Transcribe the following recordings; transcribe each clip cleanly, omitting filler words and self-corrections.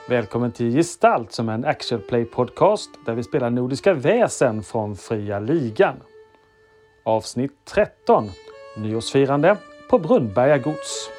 Välkommen till Gestalt som är en action play podcast där vi spelar nordiska väsen från Fria Ligan. Avsnitt 13. Nyårsfirande på Brunnberga gods.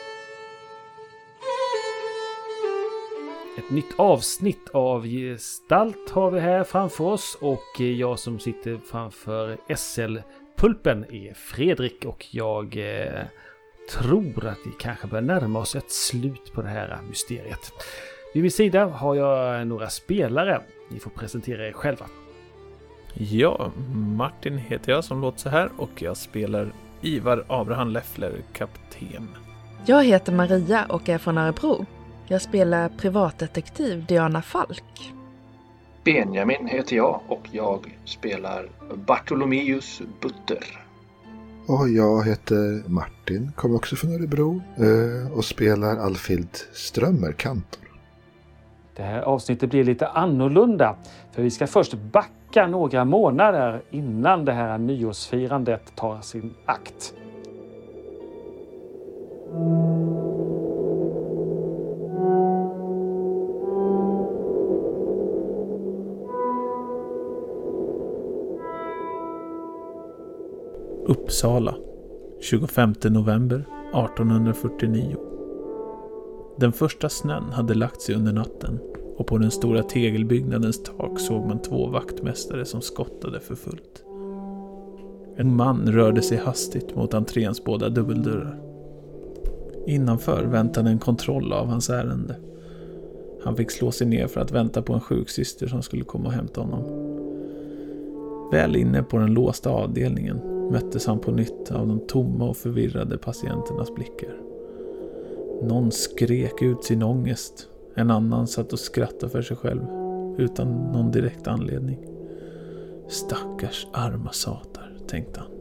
Ett nytt avsnitt av Gestalt har vi här framför oss och jag som sitter framför SL-pulpen är Fredrik och jag tror att vi kanske börjar närma oss ett slut på det här mysteriet. Vid min sida har jag några spelare. Ni får presentera er själva. Ja, Martin heter jag som låter så här och jag spelar Ivar Abraham Leffler, kapten. Jag heter Maria och är från Örebro. Jag spelar privatdetektiv Diana Falk. Benjamin heter jag och jag spelar Bartolomeus Butter. Och jag heter Martin, kommer också från Örebro och spelar Alfhild Strömmer, kantor. Det här avsnittet blir lite annorlunda för vi ska först backa några månader innan det här nyårsfirandet tar sin akt. Uppsala, 25 november 1849. Den första snön hade lagt sig under natten och på den stora tegelbyggnadens tak såg man 2 vaktmästare som skottade för fullt. En man rörde sig hastigt mot entréns båda dubbeldörrar. Innanför väntade en kontroll av hans ärende. Han fick slå sig ner för att vänta på en sjuksyster som skulle komma och hämta honom. Väl inne på den låsta avdelningen möttes han på nytt av de tomma och förvirrade patienternas blickar. Någon skrek ut sin ångest. En annan satt och skrattade för sig själv utan någon direkt anledning. Stackars arma satar, tänkte han.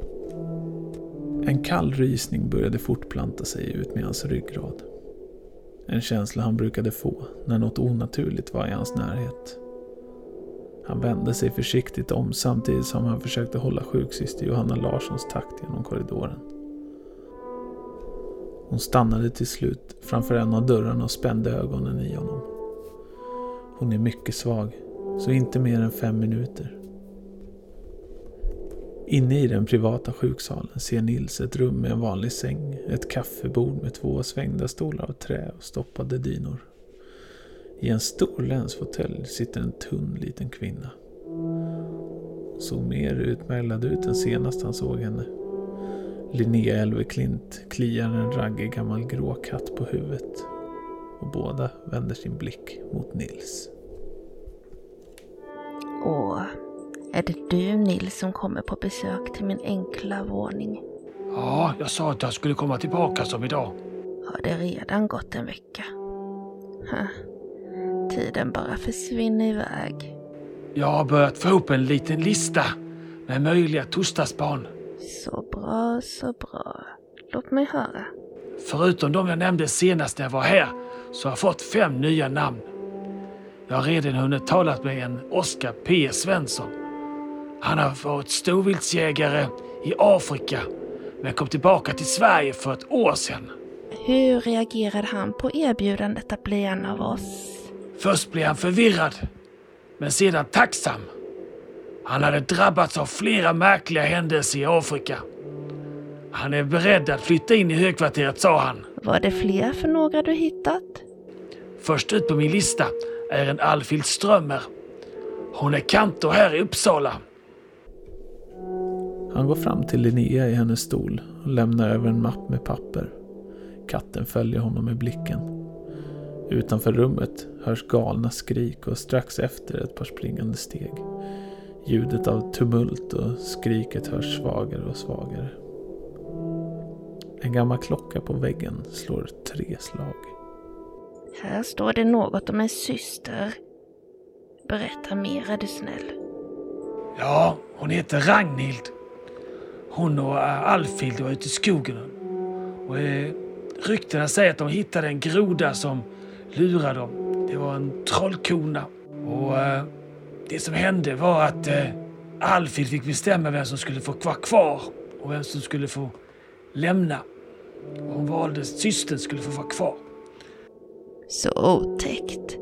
En kall rysning började fortplanta sig ut med hans ryggrad. En känsla han brukade få när något onaturligt var i hans närhet. Han vände sig försiktigt om samtidigt som han försökte hålla sjuksyster Johanna Larssons takt genom korridoren. Hon stannade till slut framför en av dörrarna och spände ögonen i honom. Hon är mycket svag, så inte mer än 5 minuter. Inne i den privata sjuksalen ser Nils ett rum med en vanlig säng, ett kaffebord med 2 svängda stolar av trä och stoppade dynor. I en stor länsfåtölj sitter en tunn liten kvinna. Såg mer utmärglad ut än senast han såg henne. Linnea Elverklint kliar en raggig gammal grå katt på huvudet och båda vänder sin blick mot Nils. Åh, är det du Nils som kommer på besök till min enkla våning? Ja, jag sa att jag skulle komma tillbaka som idag. Har det redan gått en vecka? Tiden bara försvinner iväg. Jag har börjat få upp en liten lista med möjliga torsdagsbarn. Så bra, så bra. Låt mig höra. Förutom de jag nämnde senast när jag var här så har jag fått 5 nya namn. Jag har redan hunnit talat med en Oskar P. Svensson. Han har varit storviltsjägare i Afrika men kom tillbaka till Sverige för ett år sedan. Hur reagerade han på erbjudandet att bli en av oss? Först blev han förvirrad, men sedan tacksam. Han hade drabbats av flera märkliga händelser i Afrika. Han är beredd att flytta in i högkvarteret, sa han. Var det fler för några du hittat? Först ut på min lista är en Alfhild Strömmer. Hon är kantor här i Uppsala. Han går fram till Linnea i hennes stol och lämnar över en mapp med papper. Katten följer honom med blicken. Utanför rummet hörs galna skrik och strax efter ett par springande steg. Ljudet av tumult och skriket hörs svagare och svagare. En gammal klocka på väggen slår 3 slag. Här står det något om en syster. Berätta mer, är du snäll. Ja, hon heter Ragnhild. Hon och Alfhild var ute i skogen. Och ryktena säger att de hittade en groda som lurade dem. Det var en trollkona. Och det som hände var att Alfhild fick bestämma vem som skulle få vara kvar och vem som skulle få lämna. Och hon valde att systern skulle få vara kvar. Så otäckt.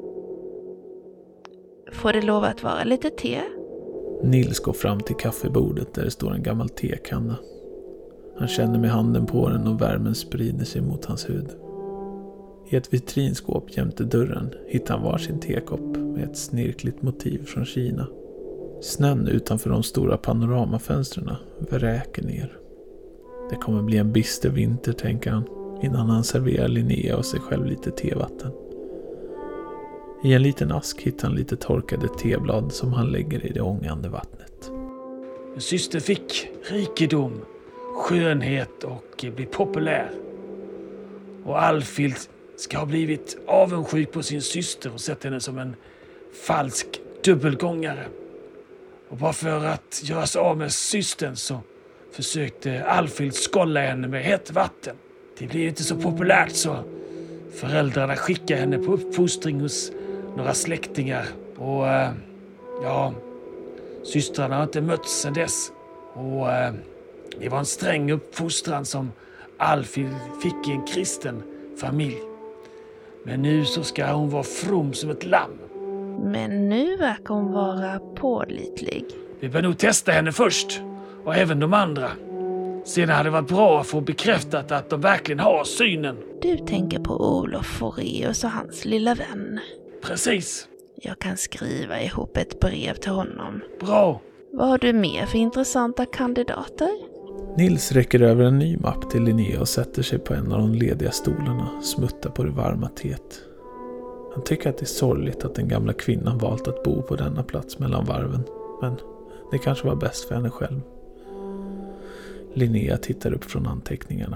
Får det lov att vara lite te? Nils går fram till kaffebordet där det står en gammal tekanna. Han känner med handen på den och värmen sprider sig mot hans hud. I ett vitrinskåp jämte dörren hittar han varsin tekopp med ett snirkligt motiv från Kina. Snön utanför de stora panoramafönstren vräker ner. Det kommer bli en bister vinter, tänker han, innan han serverar Linnea och sig själv lite tevatten. I en liten ask hittar han lite torkade teblad som han lägger i det ångande vattnet. Min syster fick rikedom, skönhet och bli populär. Och Alfhild ska ha blivit avundsjuk på sin syster och sett henne som en falsk dubbelgångare. Och bara för att göra sig av med systern så försökte Alfhild skålla henne med hett vatten. Det blev inte så populärt så föräldrarna skickade henne på uppfostring hos några släktingar. Och systrarna har inte mötts sedan dess. Och det var en sträng uppfostran som Alfhild fick i en kristen familj. Men nu så ska hon vara from som ett lamm. Men nu verkar hon vara pålitlig. Vi bör nog testa henne först. Och även de andra. Sedan hade det varit bra att få bekräftat att de verkligen har synen. Du tänker på Olof Foreus och hans lilla vän. Precis. Jag kan skriva ihop ett brev till honom. Bra. Vad har du mer för intressanta kandidater? Nils räcker över en ny mapp till Linnea och sätter sig på en av de lediga stolarna, smuttar på det varma teet. Han tycker att det är sorgligt att den gamla kvinnan valt att bo på denna plats mellan varven, men det kanske var bäst för henne själv. Linnea tittar upp från anteckningarna.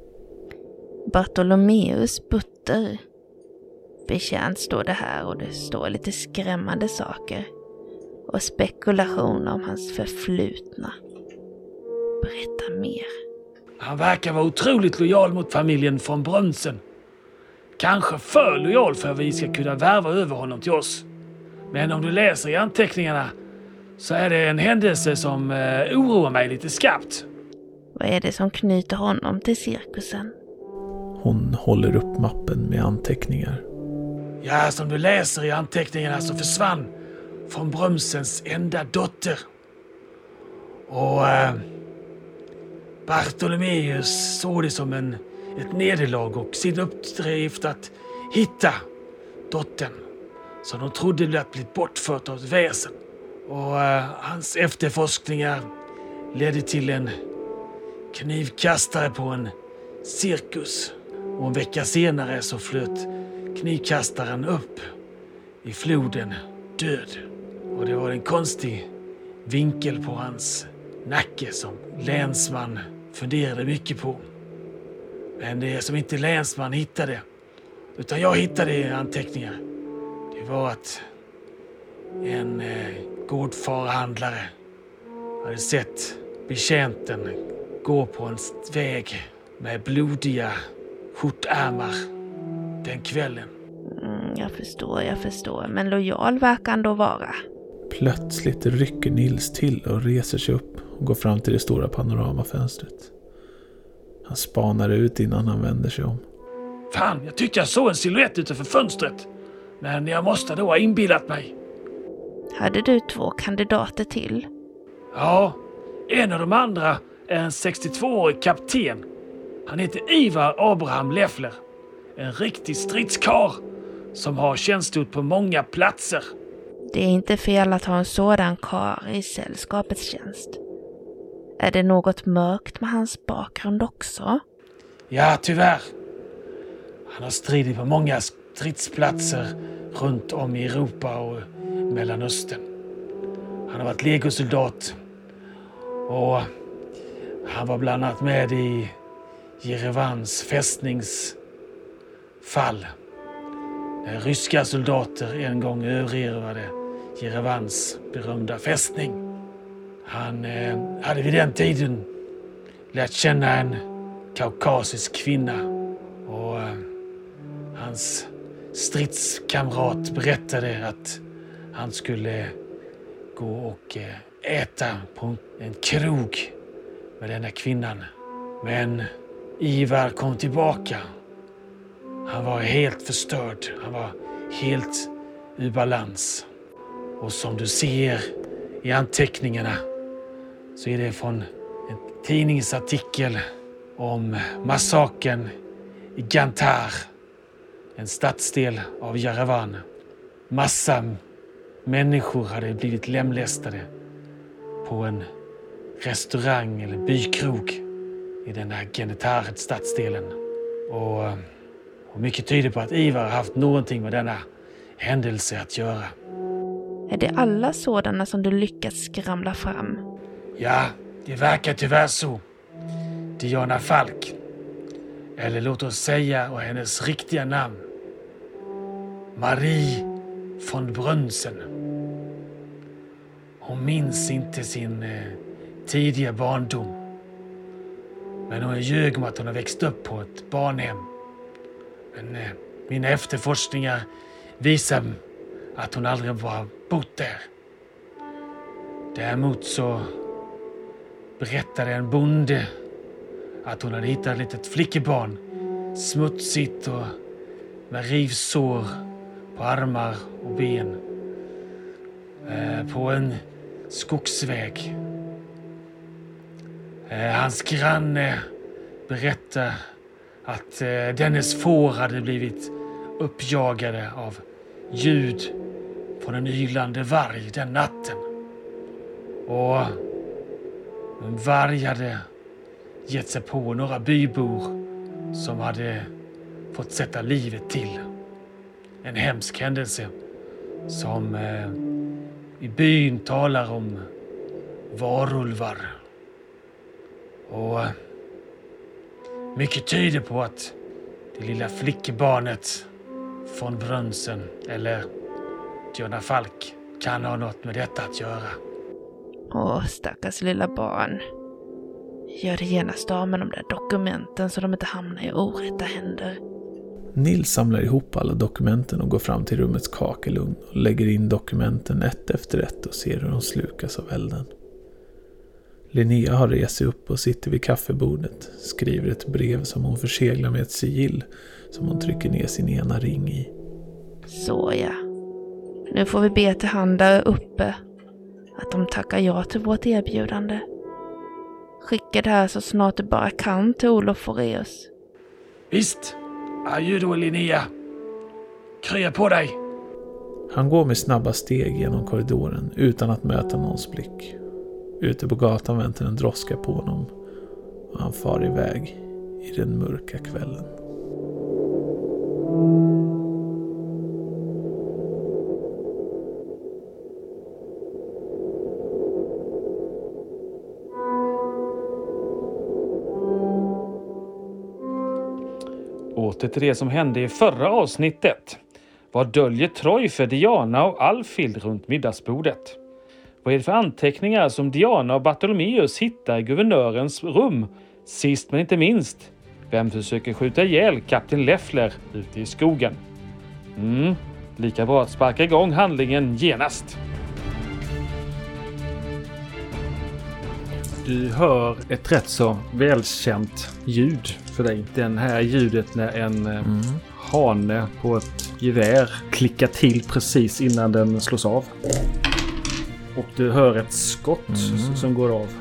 Bartolomeus Butter. Bekänt står det här och det står lite skrämmande saker. Och spekulationer om hans förflutna. Berätta mer. Han verkar vara otroligt lojal mot familjen från Brunsen. Kanske för lojal för att vi ska kunna värva över honom till oss. Men om du läser i anteckningarna så är det en händelse som oroar mig lite skarpt. Vad är det som knyter honom till cirkusen? Hon håller upp mappen med anteckningar. Ja, som du läser i anteckningarna så försvann från Brumsens enda dotter. Och Bartolomeus såg det som ett nederlag och sin uppdrift att hitta dottern som de trodde blivit bortfört av ett väsen. Och hans efterforskningar ledde till en knivkastare på en cirkus. Och en vecka senare så flöt knivkastaren upp i floden död. Och det var en konstig vinkel på hans nacke som länsman funderade mycket på. Men det som inte länsman hittade, utan jag hittade i anteckningar, det var att en gårdfarhandlare hade sett betjänten gå på en väg med blodiga skjortärmar den kvällen. Jag förstår. Men lojal verkar han då vara. Plötsligt rycker Nils till och reser sig upp och går fram till det stora panoramafönstret. Han spanar ut innan han vänder sig om. Fan, jag tyckte jag såg en silhuett utanför fönstret. Men jag måste då ha inbillat mig. Hade du 2 kandidater till? Ja, en av de andra är en 62-årig kapten. Han heter Ivar Abraham Leffler. En riktig stridskarl som har tjänstgjort på många platser. Det är inte fel att ha en sådan karl i sällskapets tjänst. Är det något mörkt med hans bakgrund också? Ja, tyvärr. Han har stridit på många stridsplatser runt om i Europa och Mellanöstern. Han har varit legosoldat och han var bland annat med i Jerevans fästningsfall. När ryska soldater en gång övererövrade Jerevans berömda fästning. Han hade vid den tiden lärt känna en kaukasisk kvinna och hans stridskamrat berättade att han skulle gå och äta på en krog med denna kvinnan. Men Ivar kom tillbaka. Han var helt förstörd. Han var helt ur balans. Och som du ser i anteckningarna så är det från en tidningsartikel om massakern i Gantar. En stadsdel av Yerevan. Massa människor hade blivit lemlästade på en restaurang eller bykrog i den här Gantar-stadsdelen. Och mycket tyder på att Ivar har haft någonting med denna händelse att göra. Är det alla sådana som du lyckats skramla fram? Ja, det verkar tyvärr så. Diana Falk. Eller låt oss säga och hennes riktiga namn. Marie von Brunsen. Hon minns inte sin tidiga barndom. Men hon ljög om att hon har växt upp på ett barnhem. Men mina efterforskningar visar att hon aldrig har bott där. Däremot så berättade en bonde att hon hade hittat ett litet flickebarn. Smutsigt och med rivsår på armar och ben. På en skogsväg. Hans granne berättade att dennes får hade blivit uppjagade av ljud från en ylande varg den natten. Och en varg hade gett sig på några bybor som hade fått sätta livet till. En hemsk händelse som i byn talar om varulvar. Och mycket tyder på att det lilla flickebarnet von Brunsen eller Diana Falk kan ha något med detta att göra. Åh, stackars lilla barn. Gör det genast av med de där dokumenten så de inte hamnar i orätta händer. Nils samlar ihop alla dokumenten och går fram till rummets kakelugn och lägger in dokumenten ett efter ett och ser hur de slukas av elden. Linnea har rest sig upp och sitter vid kaffebordet, skriver ett brev som hon förseglar med ett sigill som hon trycker ner sin ena ring i. Så ja. Nu får vi be till han där uppe att de tackar ja till vårt erbjudande. Skicka det här så snart du bara kan till Olof Foreus. Visst. Adjö då, Linnea. Krya på dig. Han går med snabba steg genom korridoren utan att möta någons blick. Ute på gatan väntar en droska på honom och han far iväg i den mörka kvällen. Åter till det som hände i förra avsnittet. Vad döljer Troj för Diana och Alfhild runt middagsbordet? Vad är det för anteckningar som Diana och Bartolomeus hittar i guvernörens rum? Sist men inte minst, vem försöker skjuta ihjäl kapten Leffler ute i skogen? Lika bra att sparka igång handlingen genast. Du hör ett rätt så välkänt ljud för dig. Den här ljudet när en hane på ett gevär klickar till precis innan den slås av. Och du hör ett skott som går av.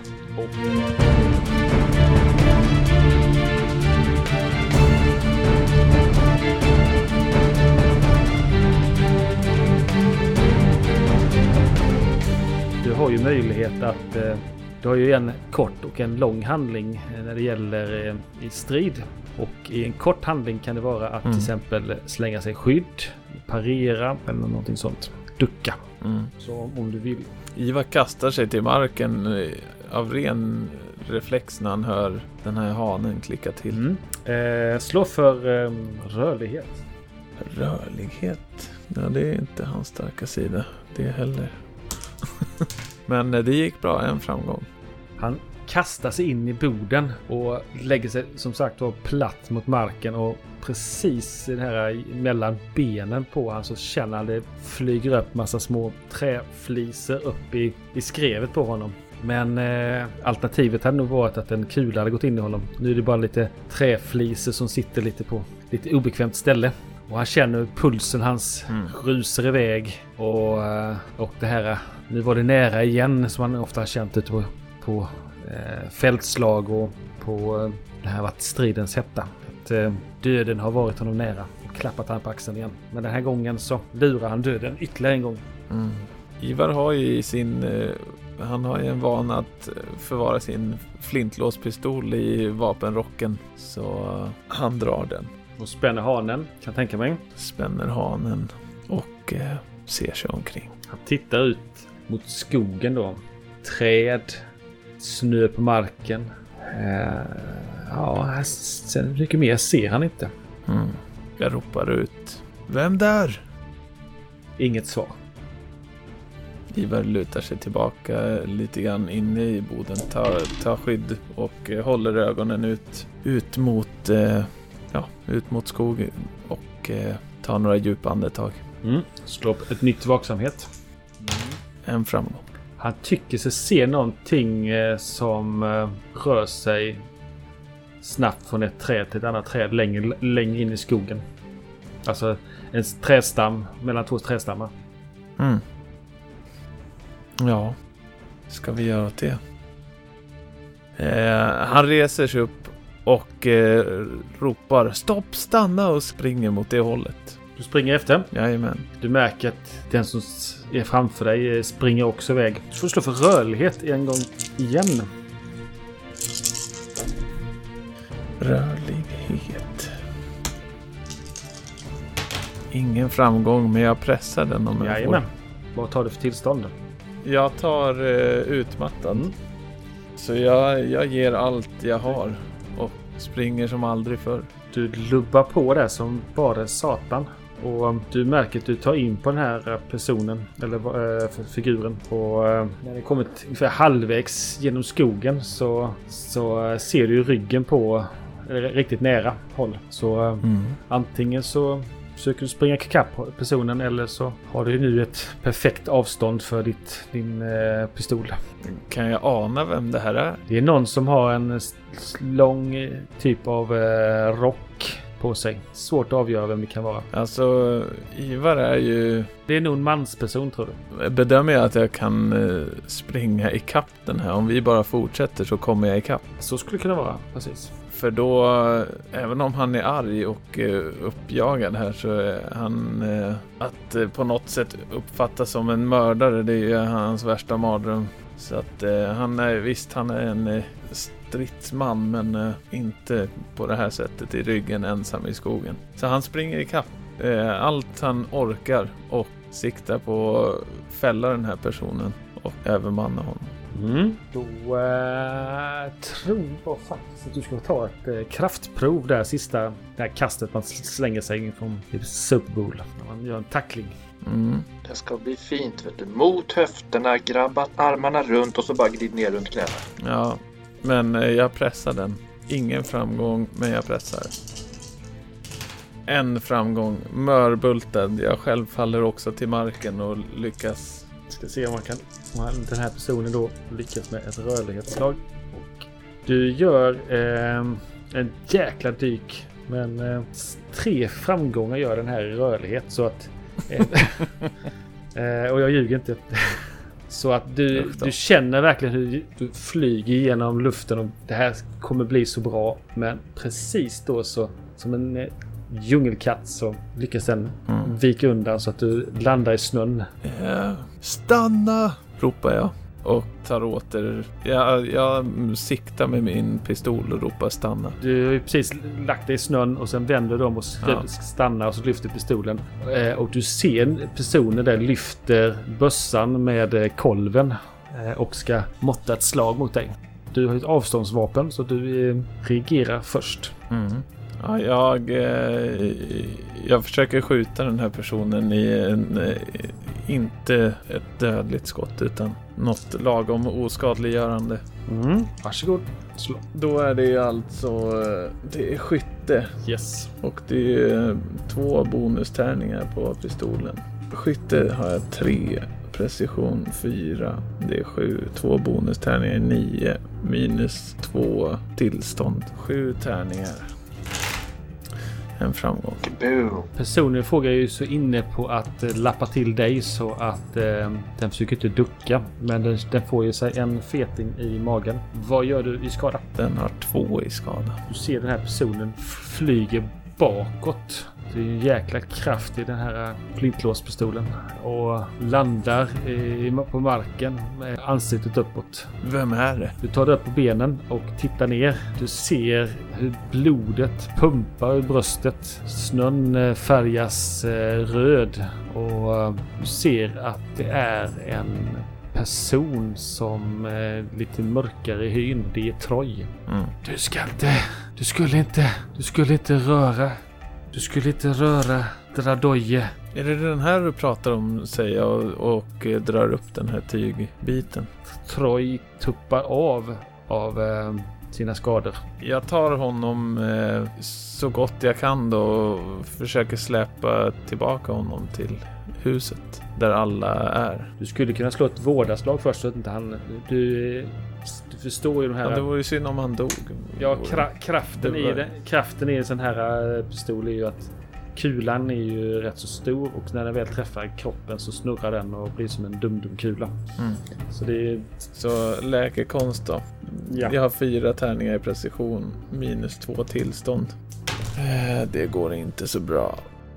Du har ju möjlighet att... Du har ju en kort och en lång handling när det gäller i strid. Och i en kort handling kan det vara att till exempel slänga sig skydd, parera eller någonting sånt. Ducka. Så om du vill. Ivar kastar sig till marken av ren reflex när han hör den här hanen klicka till. Slå för rörlighet. Rörlighet? Ja, det är inte hans starka sida. Det heller. Men det gick bra, en framgång. Han kastar sig in i boden och lägger sig som sagt platt mot marken och precis den här mellan benen på han så känner han det flyger upp massa små träfliser upp i skrevet på honom. Men alternativet hade nog varit att en kula hade gått in i honom. Nu är det bara lite träfliser som sitter lite på lite obekvämt ställe. Och han känner pulsen hans rusar iväg. Och det här, nu var det nära igen som han ofta har känt ute på fältslag och på det här varit stridens hetta. Att döden har varit honom nära och klappat han på axeln igen. Men den här gången så lurar han döden ytterligare en gång. Ivar har ju han har ju en vana att förvara sin flintlåspistol i vapenrocken, så han drar den. Och spänner hanen, kan jag tänka mig. Spänner hanen och ser sig omkring. Han tittar ut mot skogen då. Träd, snö på marken. Sen mycket mer ser han inte. Jag ropar ut. Vem där? Inget svar. Ivar lutar sig tillbaka lite grann inne i boden, tar skydd och håller ögonen ut mot skogen och tar några djupa andetag. Slå upp ett nytt vaksamhet. En framgång. Han tycker sig se någonting som rör sig snabbt från ett träd till ett annat träd längre in i skogen. Alltså en trädstam mellan två trädstammar. Ja, ska vi göra det? Han reser sig upp och ropar stopp, stanna och springer mot det hållet. Du springer efter? Jajamän. Du märker att den som är framför dig springer också iväg. Du får slå för rörlighet en gång igen. Rörlighet. Ingen framgång, men jag pressar den om jag får. Vad tar du för tillstånd? Jag tar utmattad. Så jag ger allt jag har och springer som aldrig förr. Du lubbar på det som bara satan. Och du märker att du tar in på den här personen, eller figuren. Och när det kommit ungefär halvvägs genom skogen så ser du ryggen på riktigt nära håll. Så antingen så försöker du springa kapp personen, eller så har du nu ett perfekt avstånd för din pistol. Kan jag ana vem det här är? Det är någon som har en lång typ av rock på sig. Svårt att avgöra vem det kan vara. Alltså, Ivar är ju... Det är nog en mansperson, tror du. Bedömer jag att jag kan springa i kapp den här? Om vi bara fortsätter så kommer jag i kapp. Så skulle det kunna vara, precis. För då, även om han är arg och uppjagad här, så är han att på något sätt uppfattas som en mördare. Det är ju hans värsta mardröm. Så att han är en stridsman, men inte på det här sättet i ryggen ensam i skogen. Så han springer i kapp allt han orkar och siktar på att fälla den här personen och övermanna honom. Då tror jag faktiskt att du ska ta ett kraftprov där sista, det här kastet man slänger sig från Super Bowl. Man gör en tackling. Det ska bli fint, vet du. Mot höfterna, grabba armarna runt och så bara glid ner runt knäna. Ja, men jag pressar den. Ingen framgång, men jag pressar. En framgång, mörbultad. Jag själv faller också till marken och lyckas. Ska se om den här personen då lyckas med ett rörlighetsslag. Och du gör en jäkla dyk, men 3 framgångar gör den här i rörlighet, så att och jag ljuger inte. Så att du känner verkligen hur du flyger genom luften och det här kommer bli så bra, men precis då så som en djungelkatt så lyckas den vika undan så att du landar i snön. Stanna, ropar jag och tar åter. Jag siktar med min pistol och ropar stanna. Du har ju precis lagt dig i snön och sen vänder du om och stannar och så lyfter pistolen. Och du ser personen där lyfter bössan med kolven och ska måtta ett slag mot dig. Du har ett avståndsvapen så du reagerar först. Ja, jag försöker skjuta den här personen i inte ett dödligt skott utan något lagom oskadliggörande. Varsågod. Slå. Då är det alltså det är skytte. Yes. Och det är 2 bonustärningar på pistolen. Skytte har jag 3 precision 4, det är 7, 2 bonustärningar 9, minus 2 tillstånd, 7 tärningar. En framgång. Personen frågar ju så inne på att lappa till dig så att den försöker inte ducka. Men den får ju sig en feting i magen. Vad gör du i skada? Den har 2 i skada. Du ser den här personen flyger bakåt. Det är en jäkla kraft i den här flintlåspistolen. Och landar på marken med ansiktet uppåt. Vem är det? Du tar dig upp på benen och tittar ner. Du ser hur blodet pumpar ur bröstet. Snön färgas röd. Och du ser att det är en person som är lite mörkare i hyn. Det är Troy. Du skulle inte röra Dradoje. Är det den här du pratar om, säger jag, och drar upp den här tygbiten? Troy tuppar av sina skador. Jag tar honom så gott jag kan då och försöker släpa tillbaka honom till huset där alla är. Du skulle kunna slå ett vårdarslag först så att inte han... Du förstår ju de här... Ja, det var ju synd om han dog. Ja, kraften i en sån här pistol är ju att kulan är ju rätt så stor och när den väl träffar kroppen så snurrar den och blir som en dum-dum-kula. Så det är... Så läkekonst då. Ja. Jag har 4 tärningar i precision, minus 2 tillstånd. Det går inte så bra.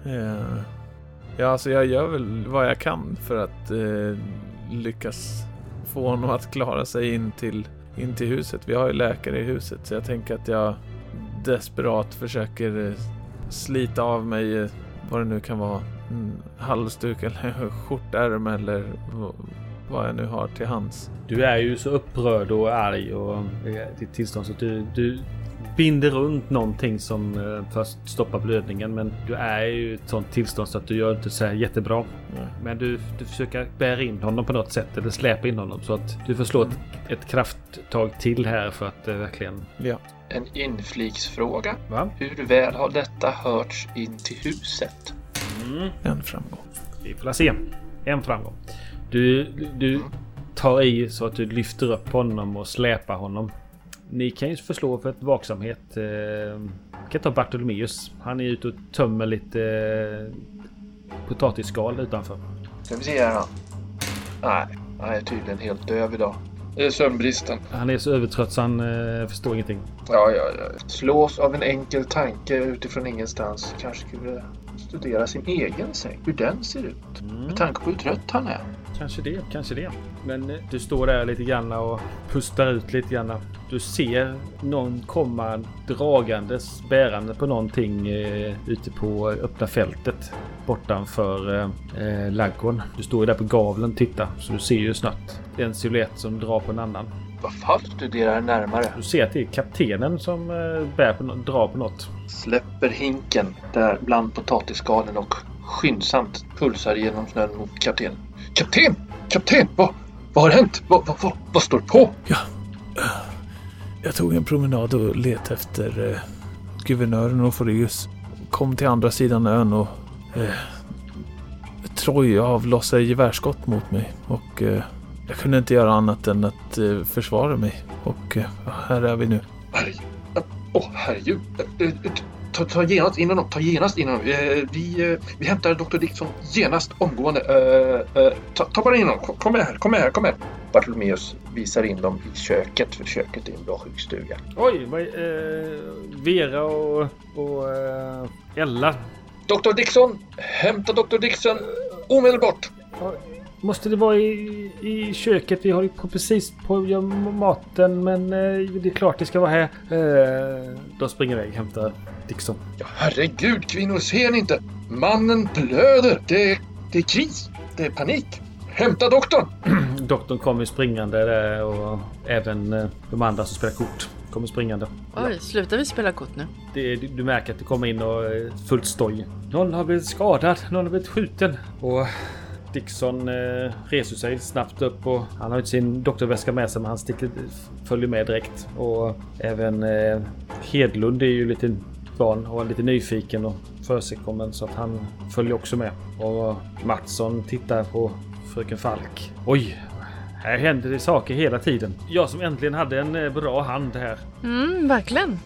Ja, alltså jag gör väl vad jag kan för att lyckas få honom att klara sig in till huset. Vi har ju läkare i huset så jag tänker att jag desperat försöker slita av mig vad det nu kan vara, halsduk eller skjortärm eller vad jag nu har till hands. Du är ju så upprörd och arg och ditt tillstånd så att du binder runt någonting som först stoppar blödningen, men du är ju i ett sånt tillstånd så att du gör inte så här jättebra. Men du försöker bära in honom på något sätt eller släpa in honom så att du får slå ett krafttag till här för att verkligen... Ja. En infliksfråga. Va? Hur väl har detta hörts in till huset? En framgång. Vi får se. En framgång. Du tar i så att du lyfter upp honom och släpar honom. Ni kan ju förslå för ett vaksamhet. Kan ta Bartolomeus. Han är ute och tömmer lite potatisskal utanför. Ska vi se här då. Nej, han är tydligen helt döv idag. Det är sömnbristen. Han är så övertrött så han förstår ingenting. Ja. Slås av en enkel tanke utifrån ingenstans. Kanske skulle studera sin egen säng. Hur den ser ut. Med tanke på hur trött han är. Kanske det. Men du står där lite grann och pustar ut lite grann. Du ser någon komma dragandes, bärande på någonting ute på öppna fältet bortanför laggården. Du står ju där på gavlen och tittar, så du ser ju snart en silhuett som drar på en annan. Vad fan studerar närmare? Du ser att det är kaptenen som drar på något. Släpper hinken där bland potatisskalen och skyndsamt pulsar genom snön mot kaptenen. Kapten! Vad har hänt? Vad står på? Ja, jag tog en promenad och letade efter guvernören och Foreus. Kom till andra sidan ön och Troy avlossade gevärskott mot mig och jag kunde inte göra annat än att försvara mig. Och här är vi nu. Herregud. Ta genast in honom. Vi hämtar Dr. Dixon genast omgående. Ta bara in honom. Kom här. Bartolomeus visar in dem i köket. För köket är en bra sjukstuga. Oj, Vera och Ella. Dr. Dixon, hämta Dr. Dixon omedelbart. Måste det vara i köket? Vi har ju precis på maten, men det är klart det ska vara här. De springer iväg och hämtar Dixon. Ja, herregud, kvinnor, ser ni inte? Mannen blöder. Det är kris. Det är panik. Hämta doktorn. Doktorn kommer springande där och även de andra som spelar kort kommer springande. Oj, slutar vi spela kort nu? Du märker att det kommer in och fullt stoj. Någon har blivit skadad, någon har blivit skjuten. Och Dixon reser sig snabbt upp och han har ju sin doktorväska med sig, men han följer med direkt. Och även Hedlund är ju lite van och lite nyfiken och försigkommen, så att han följer också med. Och Mattsson tittar på fröken Falk. Oj, här händer det saker hela tiden. Jag som äntligen hade en bra hand här. Verkligen.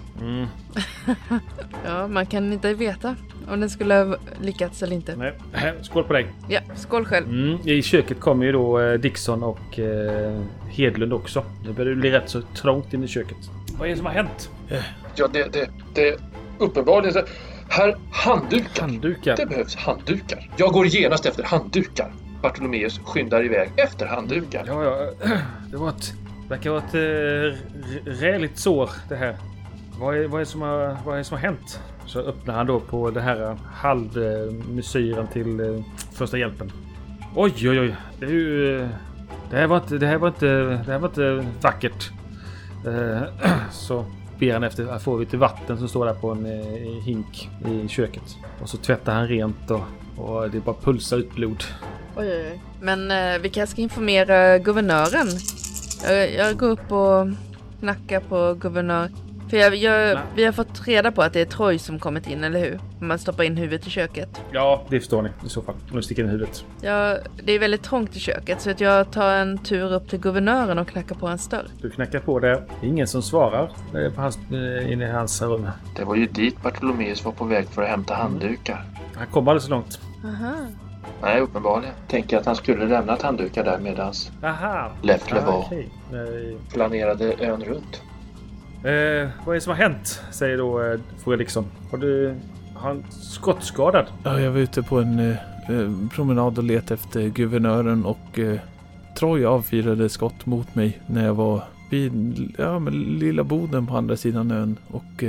Ja, man kan inte veta om den skulle ha lyckats eller inte. Nej, skål på dig. Ja, skål själv. I köket kommer ju då Dixon och Hedlund också. Det börjar bli rätt så trångt in i köket. Vad är det som har hänt? Ja, det uppenbarligen så här, handdukar. Det behövs handdukar. Jag går genast efter handdukar. Bartolomeus skyndar iväg efter handdukar. Ja, det verkar vara ett räligt sår det här. Vad är det som har hänt? Så öppnar han då på det här halvmesyren till första hjälpen. Oj. Det är ju... Det här var inte vackert. Så ber han efter att få lite vatten som står där på en hink i köket. Och så tvättar han rent och det bara pulsar ut blod. Oj. Men vi kanske ska informera guvernören. Jag går upp och knackar på guvernör. För vi har fått reda på att det är Troy som kommit in, eller hur? Man stoppar in huvudet i köket. Ja, det förstår ni i så fall. Nu sticker in huvudet. Ja, det är väldigt trångt i köket så att jag tar en tur upp till guvernören och knackar på hans dörr. Du knackar på det. Det är ingen som svarar inne i hans rum. Det var ju dit Bartolomeus var på väg för att hämta handdukar. Han kom alldeles så långt. Aha. Nej, uppenbarligen. Tänker att han skulle lämna handdukar där medans Leffler var planerade ön runt. Vad är det som har hänt? Säger då Fredriksson. Har han skottskadad? Ja, jag var ute på en promenad och letade efter guvernören och Troy avfyrade skott mot mig när jag var vid lilla boden på andra sidan ön och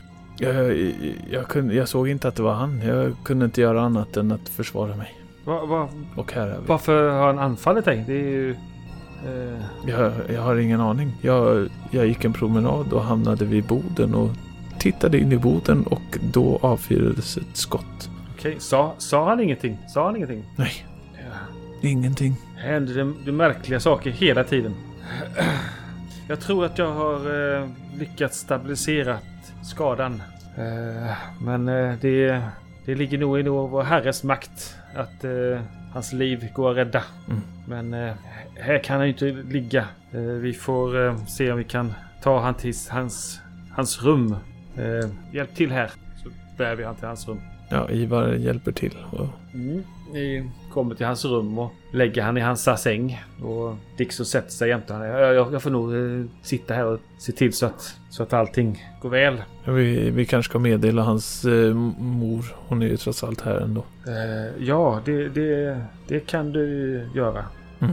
jag såg inte att det var han. Jag kunde inte göra annat än att försvara mig. Och här är vi. Varför har han anfallit dig? Det är ju... Jag har ingen aning. Jag gick en promenad och hamnade vid boden och tittade in i boden och då avfyrades ett skott. Okej, sa han ingenting? Nej, ingenting. Händer det märkliga saker hela tiden. Jag tror att jag har lyckats stabilisera skadan. Men det ligger nog i vår herres makt att hans liv går att rädda. Men här kan han ju inte ligga. Vi får se om vi kan ta han till hans rum. Hjälp till här. Så bär vi han till hans rum. Ja, Ivar hjälper till. Ni kommer till hans rum och lägger han i hans säng. Och Dixon sätter sig jämte han. Jag får nog sitta här och se till så att allting går väl. Vi kanske ska meddela hans mor. Hon är ju trots allt här ändå. Ja, det kan du göra.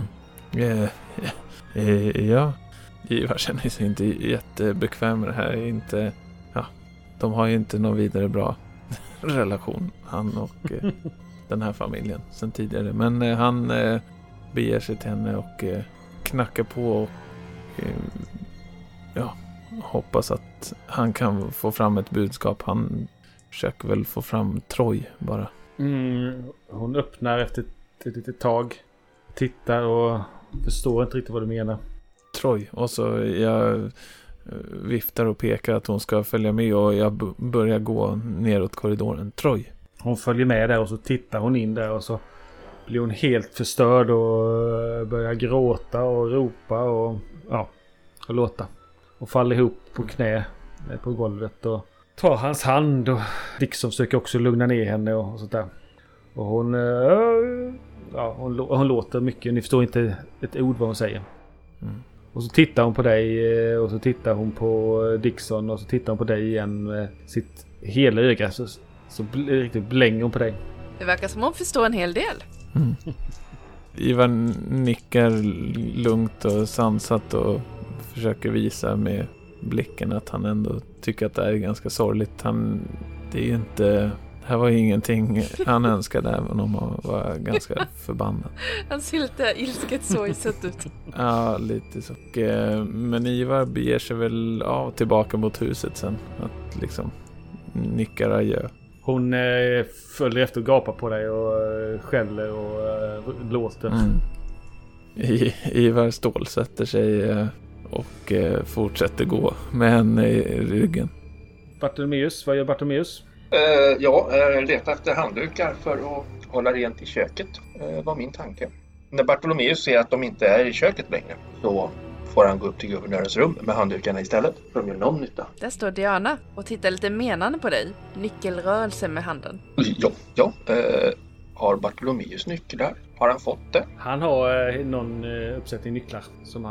Ja. Ivar känner sig inte jättebekväm med det här. De har ju inte någon vidare bra relation, han och den här familjen sen tidigare. Men han beger sig till henne och knackar på och hoppas att han kan få fram ett budskap. Han försöker väl få fram Troy bara. Hon öppnar efter ett litet tag, tittar och förstår inte riktigt vad du menar. Troy, och så jag viftar och pekar att hon ska följa med och jag börjar gå neråt korridoren. Troy. Hon följer med där och så tittar hon in där och så blir hon helt förstörd och börjar gråta och ropa och låta. Och faller ihop på knä på golvet och tar hans hand och Dixon försöker också lugna ner henne och sånt där. Och hon låter mycket. Ni förstår inte ett ord vad hon säger. Och så tittar hon på dig och så tittar hon på Dixon och så tittar hon på dig igen med sitt hela öga så riktigt blänger hon på dig. Det verkar som hon förstår en hel del. Ivar nickar lugnt och sansat och försöker visa med blicken att han ändå tycker att det är ganska sorgligt. Det är ju inte... Det här var ingenting han önskade även om han var ganska förbannad. Han ser lite ilsket sorgset ut. Ja, lite så. Men Ivar beger sig väl tillbaka mot huset sen. Att liksom nickar adjö. Hon följer efter och gapar på dig och skäller och låter. Ivar stålsätter sig och fortsätter gå med henne i ryggen. Bartolomeus, vad gör Bartolomeus? Jag letar efter handdukar för att hålla rent i köket, var min tanke. När Bartolomeus ser att de inte är i köket längre så får han gå upp till guvernörens rum med handdukarna istället. För de gör någon nytta. Där står Diana och tittar lite menande på dig. Nyckelrörelse med handen. Ja. Har Bartolomeus nycklar? Har han fått det? Han har någon uppsättning nycklar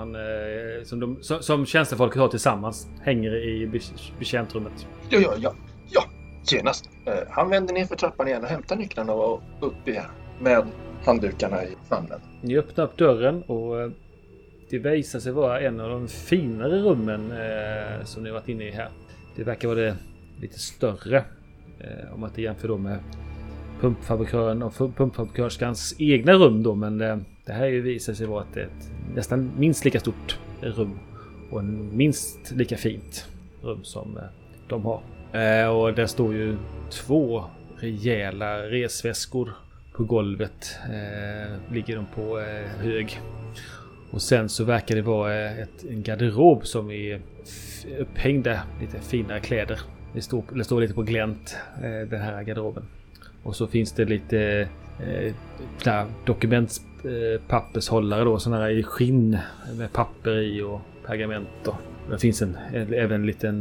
som tjänstefolket har tillsammans. Hänger i betjäntrummet. Ja. Genast. Han vänder ner för trappan igen och hämtar nycklarna och upp igen med handdukarna i famnen. Ni öppnar upp dörren och det visar sig vara en av de finare rummen som ni har varit inne i här. Det verkar vara det lite större om man inte jämför då med pumpfabrikören och pumpfabrikörskans egna rum då, men det här visar sig vara ett nästan minst lika stort rum och en minst lika fint rum som de har. Och där står ju 2 rejäla resväskor på golvet, ligger de på hög. Och sen så verkar det vara en garderob som är upphängda lite finare kläder. Det står lite på glänt, den här garderoben. Och så finns det lite dokumentpappershållare då, sådana här i skinn med papper i och pergament. Och det finns även en liten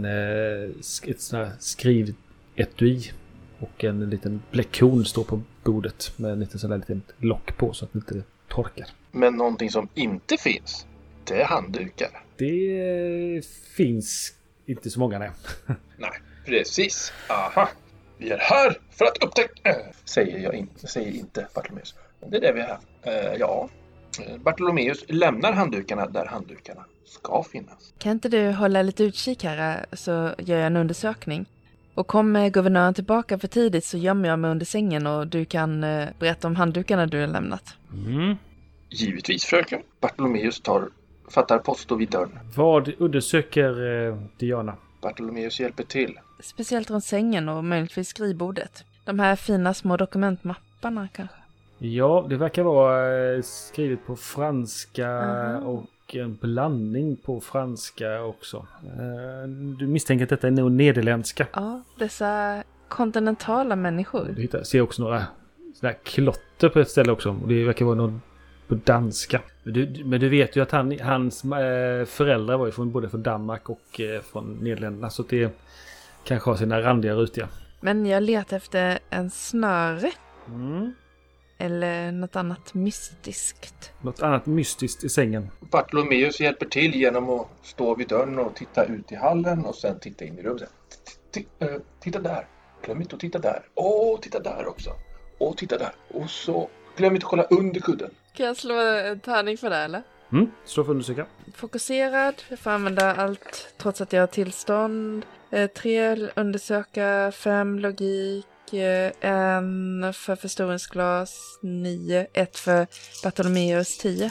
skrivetui och en liten bläckhorn står på bordet med en liten sån där liten lock på så att det inte torkar. Men någonting som inte finns, det är handdukar. Det finns inte så många, nej. Nej, precis. Aha. Vi är här för att upptäcka... säger inte Bartolomeus. Det är det vi är här. Bartolomeus lämnar handdukarna där handdukarna ska finnas. Kan inte du hålla lite utkik här så gör jag en undersökning? Och kommer guvernören tillbaka för tidigt så gömmer jag mig under sängen och du kan berätta om handdukarna du har lämnat. Givetvis, fröken. Bartolomeus fattar posto vid dörren. Vad undersöker Diana? Bartolomeus hjälper till. Speciellt runt sängen och möjligtvis skrivbordet. De här fina små dokumentmapparna kanske. Ja, det verkar vara skrivet på franska och en blandning på franska också. Du misstänker att detta är nog nederländska. Ja, dessa kontinentala människor. Du ser också några sådana här klotter på ett ställe också. Det verkar vara något på danska. Men du vet ju att hans föräldrar var ju både från Danmark och från Nederländerna. Så det kanske har sina randiga rutiga. Men jag letar efter en snöre. Eller något annat mystiskt. Något annat mystiskt i sängen. Bartolomeus hjälper till genom att stå vid dörren och titta ut i hallen och sen titta in i rummet. Titta där. Glöm inte att titta där. Titta där också. Titta där. Och så glöm inte att kolla under kudden. Kan jag slå en tärning för det eller? Slå för undersöka. Fokuserad. Jag får använda allt trots att jag har tillstånd. 3 undersöka, 5 logik. 1 för förstoringsglas, 9, 1 för Bartolomeus, 10.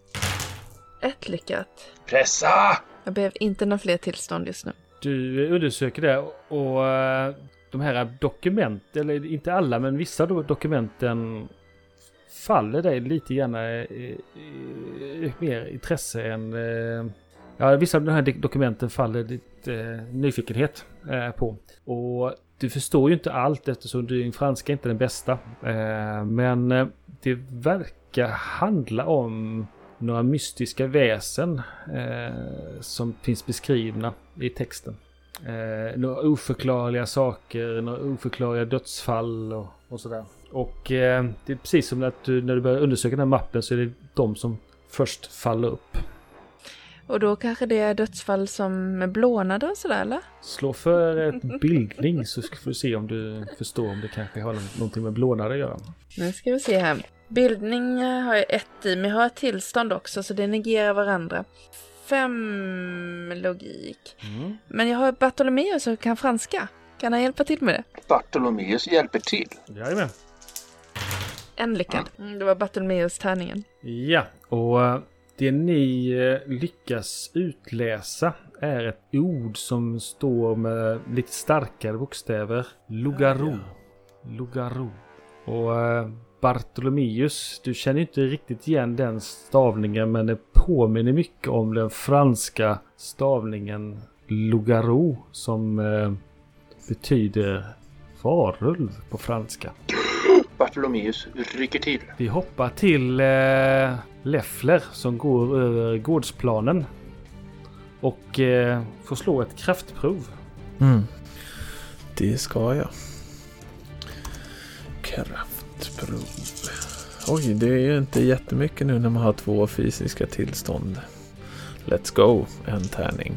1 lyckat. Pressa! Jag behöver inte några fler tillstånd just nu. Du undersöker det och de här dokumenten, eller inte alla men vissa dokumenten faller dig lite grann mer intresse än... vissa av de här dokumenten faller lite nyfikenhet på. Och du förstår ju inte allt eftersom din franska inte är den bästa. Men det verkar handla om några mystiska väsen som finns beskrivna i texten. Några oförklarliga saker, några oförklarliga dödsfall och sådär. Och det är precis som att när du börjar undersöka den här mappen så är det de som först faller upp. Och då kanske det är dödsfall som är blånade och sådär, eller? Slå för ett bildning så ska du se om du förstår om det kanske har någonting med blånade att göra. Nu ska vi se här. Bildning har jag 1 i, men jag har ett tillstånd också så det negerar varandra. 5 logik. Men jag har Bartolomeus och kan franska. Kan han hjälpa till med det? Bartolomeus hjälper till. Jajamän. 1 lyckad. Det var Bartolomeus tärningen. Ja, och det ni lyckas utläsa är ett ord som står med lite starkare bokstäver. Lugaro. Lugaro. Och Bartolomeus, du känner inte riktigt igen den stavningen men det påminner mycket om den franska stavningen Lugaro som betyder varulv på franska. Bartolomeus rycker till. Vi hoppar till Leffler som går över gårdsplanen. Och får slå ett kraftprov. Det ska jag. Kraftprov. Oj, det är ju inte jättemycket nu när man har 2 fysiska tillstånd. Let's go, en tärning.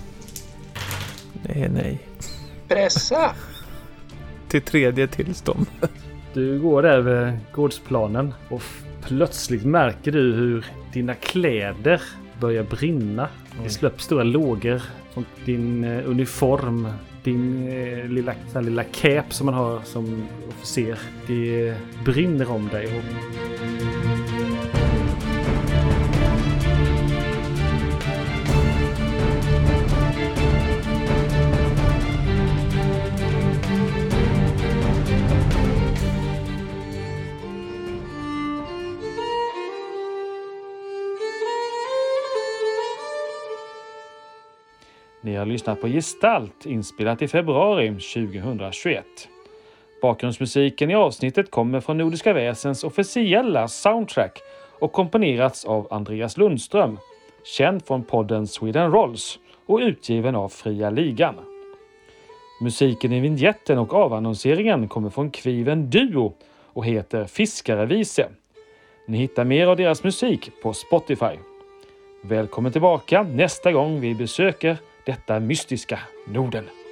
Nej. Pressa! Till 3:e tillstånd. Du går över gårdsplanen och plötsligt märker du hur dina kläder börjar brinna. Det släpps stora lågor från din uniform, din lilla cap som man har som officer. Det brinner om dig. Ni har lyssnat på Gestalt, inspelat i februari 2021. Bakgrundsmusiken i avsnittet kommer från Nordiska Väsens officiella soundtrack och komponerats av Andreas Lundström, känd från podden Sweden Rolls och utgiven av Fria Ligan. Musiken i vignetten och avannonseringen kommer från Kviven Duo och heter Fiskarevise. Ni hittar mer av deras musik på Spotify. Välkommen tillbaka nästa gång vi besöker detta mystiska Norden.